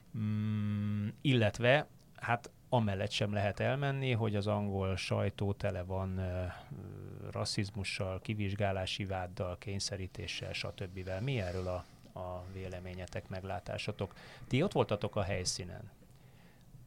Mm, illetve, hát amellett sem lehet elmenni, hogy az angol sajtó tele van uh, rasszizmussal, kivizsgálási váddal, kényszerítéssel, stb. Mi erről a, a véleményetek, meglátásatok? Ti ott voltatok a helyszínen.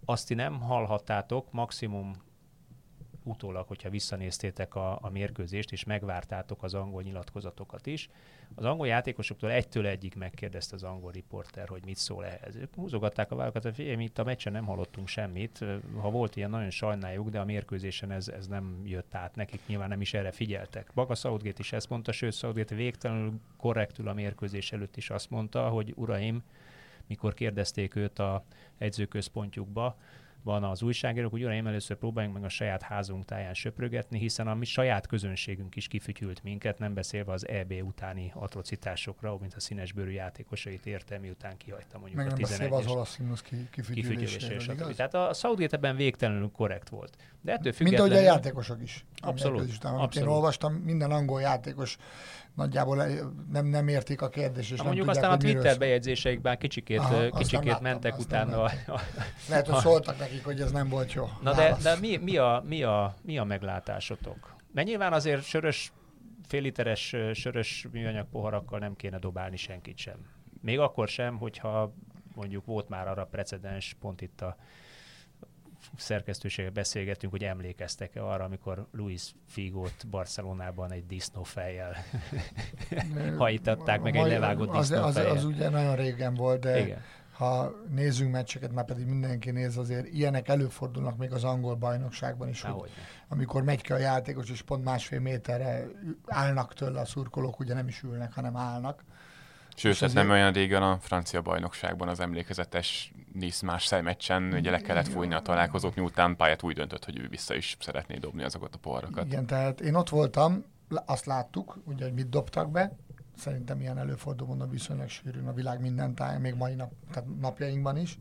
azt ti nem hallhattátok, maximum utólag, hogyha visszanéztétek a, a mérkőzést, és megvártátok az angol nyilatkozatokat is. Az angol játékosoktól egytől egyig megkérdezte az angol riporter, hogy mit szól ehhez. Ők húzogatták a vállalkat, hogy figyelj, mi itt a meccsen nem hallottunk semmit. Ha volt ilyen, nagyon sajnáljuk, de a mérkőzésen ez, ez nem jött át nekik, nyilván nem is erre figyeltek. Maga Southgate is ezt mondta, sőt Southgate végtelenül korrektül a mérkőzés előtt is azt mondta, hogy uraim, mikor kérdezték őt a edzőközpontjukba, van az újságírók, hogy uraim, először próbáljunk meg a saját házunk táján söprögetni, hiszen a mi saját közönségünk is kifütyült minket, nem beszélve az é bé utáni atrocitásokra, mint a színesbőrű játékosait érte, miután kihagyta mondjuk meg a tizenegyes. Meg nem beszélve az olasz himnusz kifütyüléséről, igaz? Tehát a Southgate ebben végtelenül korrekt volt. De ettől függetlenül... Mint ahogy a játékosok is. Abszolút. Után, amit én olvastam, minden angol játékos nagyjából nem, nem értik a kérdést, és ha nem mondjuk tudják, aztán a Twitter miről... bejegyzéseikben kicsikét, Aha, kicsikét láttam, mentek utána. A, a, Lehet, hogy szóltak nekik, hogy ez nem volt jó. Na de, de mi, mi, a, mi, a, mi a meglátásotok? Mert nyilván azért sörös, féliteres sörös műanyag poharakkal nem kéne dobálni senkit sem. Még akkor sem, hogyha mondjuk volt már arra precedens, pont itt a szerkesztőséggel beszélgettünk, hogy emlékeztek-e arra, amikor Luis Figót Barcelonában egy disznófejjel hajtatták meg egy levágott disznófejjel. Az, az, az ugye nagyon régen volt, de igen. Ha nézzünk meccseket, már pedig mindenki néz, azért ilyenek előfordulnak még az angol bajnokságban is, hogy amikor megy ki a játékos, és pont másfél méterre állnak tőle a szurkolók, ugye nem is ülnek, hanem állnak. Sőt, hát nem olyan régen a francia bajnokságban az emlékezetes Nice-Marseille meccsen ugye le kellett fújni a találkozót, miután pályát úgy döntött, hogy ő vissza is szeretné dobni azokat a poharakat. Igen, tehát én ott voltam, azt láttuk, ugye, hogy mit dobtak be. Szerintem ilyen előfordul, mondom, viszonylag sűrűn a világ minden táján, még mai nap, tehát napjainkban is.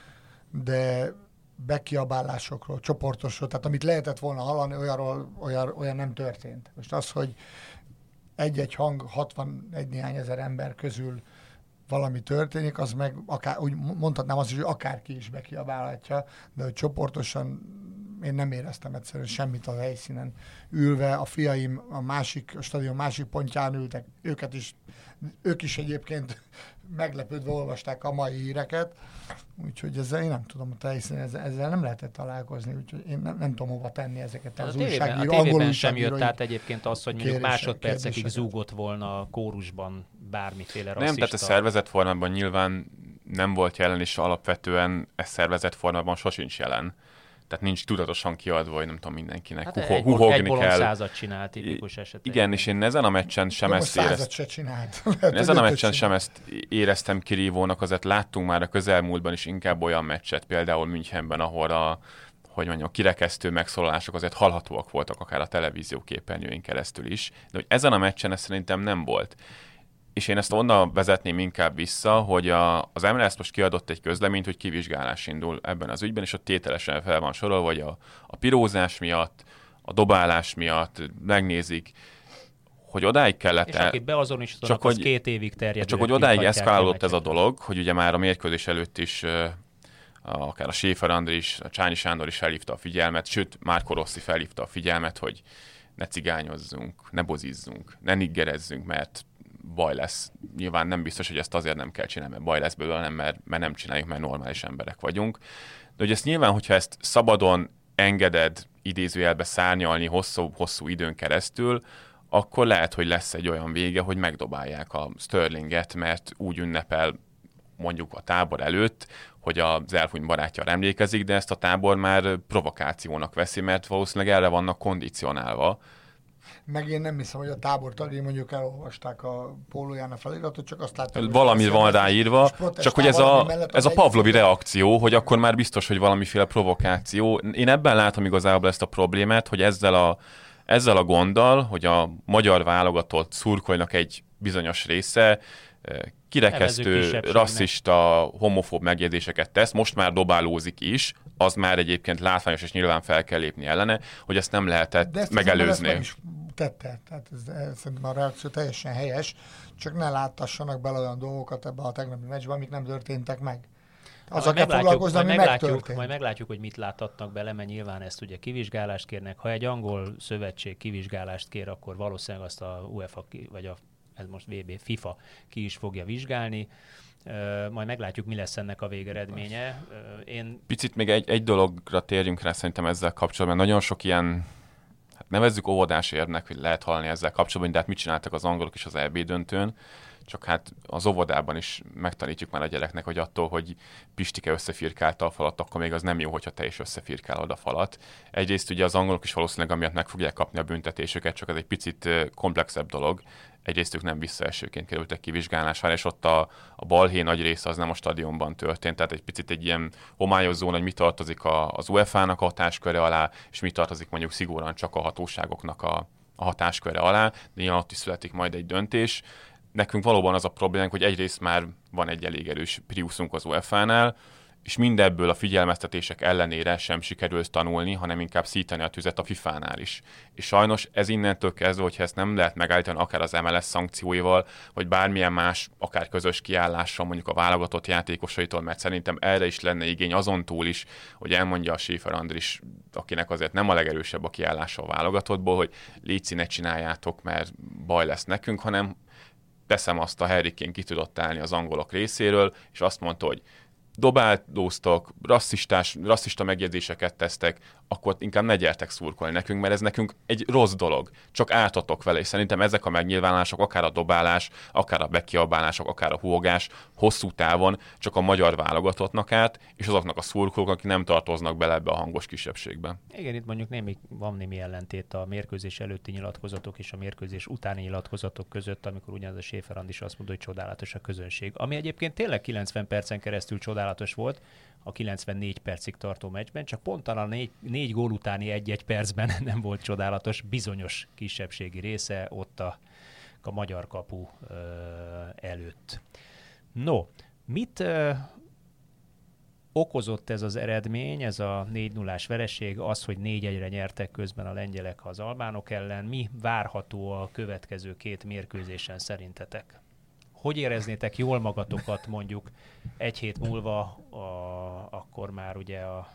De bekiabálásokról, csoportosról, tehát amit lehetett volna hallani, olyanról, olyan, olyan nem történt. Most az, hogy egy-egy hang hatvanegy néhány ezer ember közül valami történik, az meg akár, úgy mondhatnám azt is, hogy akárki is bekiabálhatja, de hogy csoportosan én nem éreztem egyszerűen semmit a helyszínen. Ülve a fiaim a másik, a stadion másik pontján ültek, őket is, ők is egyébként meglepődve olvasták a mai híreket, úgyhogy ezzel én nem tudom, a helyszínen ezzel, ezzel nem lehetett találkozni, úgyhogy én nem, nem tudom hova tenni ezeket az újságíró, angol újságírói. sem jött át egyébként az, hogy mondjuk másodpercekig zúgott volna a kórusban bármiféle rasszista. Nem, tehát a szervezett formában nyilván nem volt jelen, és alapvetően ez szervezett formában sosincs jelen. Tehát nincs tudatosan kiadva, hogy nem tudom, mindenkinek hát huho, egy, huhogni egy kell. Egy százat csinált tipikus esetben. Igen, és én ezen a meccsen sem de ezt éreztem. se csinált. Ezen a meccsen sem ezt éreztem kirívónak, azért láttunk már a közelmúltban is inkább olyan meccset, például Münchenben, ahol a, hogy mondjam, a kirekesztő megszólalások azért hallhatóak voltak, akár a televízió képernyőin keresztül is, de hogy ezen a meccsen ez szerintem nem volt. És én ezt onnan vezetném inkább vissza, hogy a, az em el es most kiadott egy közleményt, hogy kivizsgálás indul ebben az ügyben, és ott tételesen fel van sorolva, hogy a, a pirózás miatt, a dobálás miatt megnézik, hogy odáig kellett és el... akit beazonosítanak, az két évig terjedő. Csak hogy odáig eszkalálódott ez a dolog, hogy ugye már a mérkőzés előtt is uh, akár a Schäfer Andris, a Csányi Sándor is felhívta a figyelmet, sőt, Márko Rossi felhívta a figyelmet, hogy ne cigányozzunk, ne bozizzunk, ne niggerezzünk, mert baj lesz. Nyilván nem biztos, hogy ezt azért nem kell csinálni, mert baj lesz belőle, nem, mert, mert nem csináljuk, mert normális emberek vagyunk. De hogy ezt nyilván, hogyha ezt szabadon engeded idézőjelbe szárnyalni hosszú-hosszú időn keresztül, akkor lehet, hogy lesz egy olyan vége, hogy megdobálják a Sterlinget, mert úgy ünnepel mondjuk a tábor előtt, hogy az elhunyt barátjára emlékezik, de ezt a tábor már provokációnak veszi, mert valószínűleg erre vannak kondicionálva. Meg én nem hiszem, hogy a tábor tagjai mondjuk elolvasták a pólóján a feliratot, csak azt látták, valami van ráírva, csak hogy ez a, ez a pavlovi reakció, hogy akkor már biztos, hogy valamiféle provokáció. Én ebben látom igazából ezt a problémát, hogy ezzel a, ezzel a gonddal, hogy a magyar válogatott szurkolnak egy bizonyos része kirekesztő, rasszista, homofób megjegyzéseket tesz, most már dobálózik is, az már egyébként látványos, és nyilván fel kell lépni ellene, hogy ezt nem lehetett ezt megelőzni. Meg is tette, tehát ez, ez, szerintem a reakció teljesen helyes, csak ne láttassanak bele olyan dolgokat ebben a tegnapi meccsben, amik nem történtek meg. Az kell foglalkozni, ami megtörtént. Majd meglátjuk, hogy mit láttatnak bele, mert nyilván ezt ugye kivizsgálást kérnek. Ha egy angol szövetség kivizsgálást kér, akkor valószínűleg azt a UEFA vagy a ez most vé bé, FIFA ki is fogja vizsgálni. Majd meglátjuk, mi lesz ennek a végeredménye. Én... Picit még egy, egy dologra térjünk rá szerintem ezzel kapcsolatban. Nagyon sok ilyen, hát nevezzük óvodás érnek, hogy lehet hallani ezzel kapcsolatban, de hát mit csináltak az angolok is az é bé döntőn. Csak hát az óvodában is megtanítjuk már a gyereknek, hogy attól, hogy Pistike összefirkálta a falat, akkor még az nem jó, hogyha te is összefirkálod a falat. Egyrészt ugye az angolok is valószínűleg amiatt meg fogják kapni a büntetésüket, csak ez egy picit komplexebb dolog. Egyrészt ők nem visszaesőként kerültek kivizsgálásra, és ott a, a balhé nagy része az nem a stadionban történt, tehát egy picit egy ilyen homályos zóna, hogy mi tartozik a, az u ef á-nak a hatásköre alá, és mi tartozik mondjuk szigorúan csak a hatóságoknak a, a hatásköre alá, de ilyen ott is születik majd egy döntés. Nekünk valóban az a problémánk, hogy egyrészt már van egy elég erős Priusunk az u ef á-nál, és mindebből a figyelmeztetések ellenére sem sikerült tanulni, hanem inkább szíteni a tüzet a fifánál is. És sajnos ez innentől kezdve, hogyha ezt nem lehet megállítani akár az em el es szankcióival, vagy bármilyen más, akár közös kiállással mondjuk a válogatott játékosaitól, mert szerintem erre is lenne igény azon túl is, hogy elmondja a Schäfer Andris, akinek azért nem a legerősebb a kiállása a válogatottból, hogy léci, ne csináljátok, mert baj lesz nekünk, hanem teszem azt, a Harry Kane ki tudott állni az angolok részéről, és azt mondta, hogy dobálóztok, rasszistás, rasszista megjegyzéseket tesztek, akkor inkább ne gyertek szurkolni nekünk, mert ez nekünk egy rossz dolog. Csak ártatok vele, és szerintem ezek a megnyilvánulások, akár a dobálás, akár a bekiabálások, akár a húgás hosszú távon csak a magyar válogatottnak árt, és azoknak a szurkolók, akik nem tartoznak bele ebbe a hangos kisebbségbe. Igen, itt mondjuk némi, van némi ellentét a mérkőzés előtti nyilatkozatok és a mérkőzés utáni nyilatkozatok között, amikor ugyanaz a Schäfer Andris azt mondta, hogy csodálatos a közönség. Ami egyébként tényleg kilencven percen keresztül csodálatos volt, a kilencvennégy percig tartó meccsben, csak pont a négy, négy gól utáni egy-egy percben nem volt csodálatos, bizonyos kisebbségi része ott a, a magyar kapu ö, előtt. No, mit ö, okozott ez az eredmény, ez a négy nullás vereség, az, hogy négy egyre nyertek közben a lengyelek az albánok ellen? Mi várható a következő két mérkőzésen szerintetek? Hogy éreznétek jól magatokat mondjuk egy hét múlva, a, akkor már ugye a...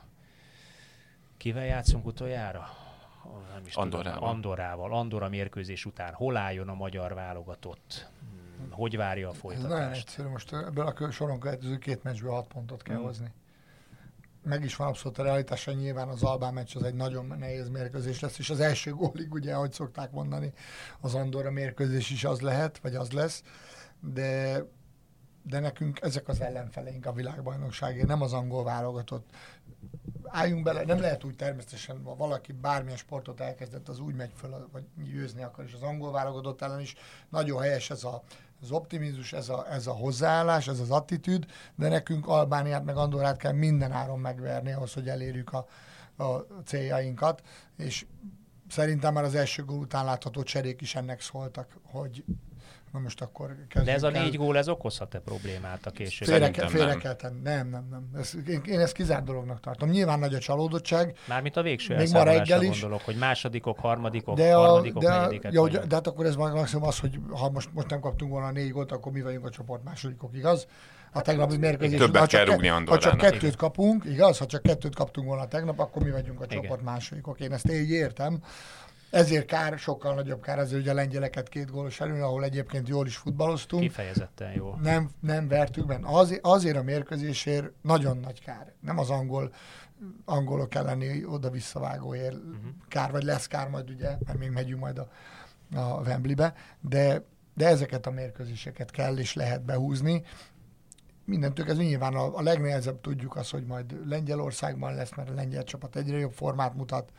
Kivel játszunk utoljára? Nem is Andorrával. Tudom, Andorrával. Andorra mérkőzés után. Hol álljon a magyar válogatott? Hogy várja a folytatást? Ez nagyon egyszerű. Most ebből a soron következő két meccsből hat pontot kell hmm. hozni. Meg is van abszolút a realitása, nyilván az albán meccs az egy nagyon nehéz mérkőzés lesz, és az első gólig, ugye, ahogy szokták mondani, az Andorra mérkőzés is az lehet, vagy az lesz. De, de nekünk ezek az ellenfeleink a világbajnokságért, nem az angol válogatott. Álljunk bele, nem lehet úgy természetesen, ha valaki bármilyen sportot elkezdett, az úgy megy föl, vagy győzni akar, és az angol válogatott ellen is nagyon helyes ez a, az optimizmus, ez a, ez a hozzáállás, ez az attitűd, de nekünk Albániát meg Andorrát kell minden áron megverni ahhoz, hogy elérjük a, a céljainkat, és szerintem már az első gól után látható cserék is ennek szóltak, hogy na most akkor de ez a négy gól, ez okozhat-e problémát a később? Félre, ke, félre kell tenni. Nem, nem, nem. Ez, én, én ezt kizárt dolognak tartom. Nyilván nagy a csalódottság. Mármint a végső elszámolásra gondolok, hogy másodikok, harmadikok, de a, harmadikok, de a, negyedikek. Ja, de hát akkor ez maximum az, hogy ha most, most nem kaptunk volna a négy gólt, akkor mi vagyunk a csoport másodikok, igaz? A tegnapi mérkőzés. Többet kell ha rúgni Andorrának. Ha csak kettőt igen. kapunk, igaz? Ha csak kettőt kaptunk volna tegnap, akkor mi vagyunk a igen. csoport másodikok. Én ezt így értem. Ezért kár, sokkal nagyobb kár, ezért ugye a lengyeleket két gólos előn, ahol egyébként jól is futballoztunk. Kifejezetten jó. Nem, nem vertük benne. Az, azért a mérkőzésért nagyon nagy kár. Nem az angol, angolok elleni oda-visszavágóért uh-huh. kár, vagy lesz kár majd ugye, mert még megyünk majd a, a Wembleybe, de, de ezeket a mérkőzéseket kell és lehet behúzni. Mindentől kezdve nyilván a, a legnehezebb tudjuk azt, hogy majd Lengyelországban lesz, mert a lengyel csapat egyre jobb formát mutat,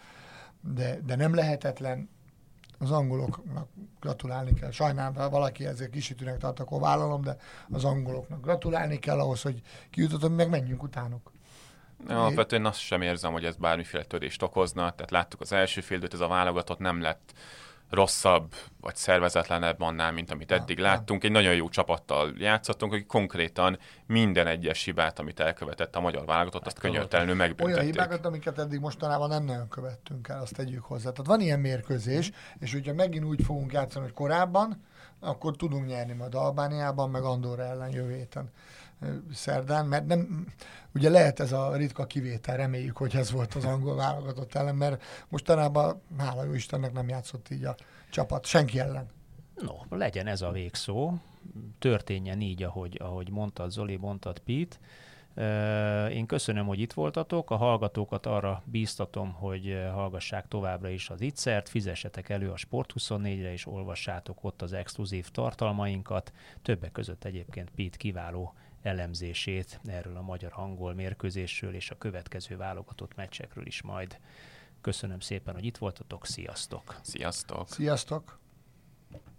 De, de nem lehetetlen, az angoloknak gratulálni kell. Sajnálom, ha valaki ezért kisütőnek tart, akkor vállalom, de az angoloknak gratulálni kell ahhoz, hogy kijutottam, meg menjünk utánuk. Alapvetően azt sem érzem, hogy ez bármiféle törést okozna. Tehát láttuk az első fél időt, ez a válogatott nem lett rosszabb, vagy szervezetlenebb annál, mint amit eddig nem, láttunk. Nem. Egy nagyon jó csapattal játszottunk, akik konkrétan minden egyes hibát, amit elkövetett a magyar válogatott, azt könyörtelenül megbüntették. Olyan hibákat, amiket eddig mostanában nem nagyon követtünk el, azt tegyük hozzá. Tehát van ilyen mérkőzés, és hogyha megint úgy fogunk játszani, hogy korábban, akkor tudunk nyerni majd Albániában, meg Andorra ellen jövő héten szerdán, mert nem, ugye lehet ez a ritka kivétel, reméljük, hogy ez volt az angol válogatott ellen, mert mostanában, hála jó Istennek nem játszott így a csapat, senki ellen. No, legyen ez a végszó, történjen így, ahogy, ahogy mondtad Zoli, mondtad Pete. Én köszönöm, hogy itt voltatok, a hallgatókat arra bíztatom, hogy hallgassák továbbra is az Ittszert, fizessetek elő a Sport huszonnégyre, és olvassátok ott az exkluzív tartalmainkat, többek között egyébként Pete kiváló elemzését erről a magyar-angol mérkőzésről és a következő válogatott meccsekről is majd. Köszönöm szépen, hogy itt voltatok, sziasztok! Sziasztok! Sziasztok!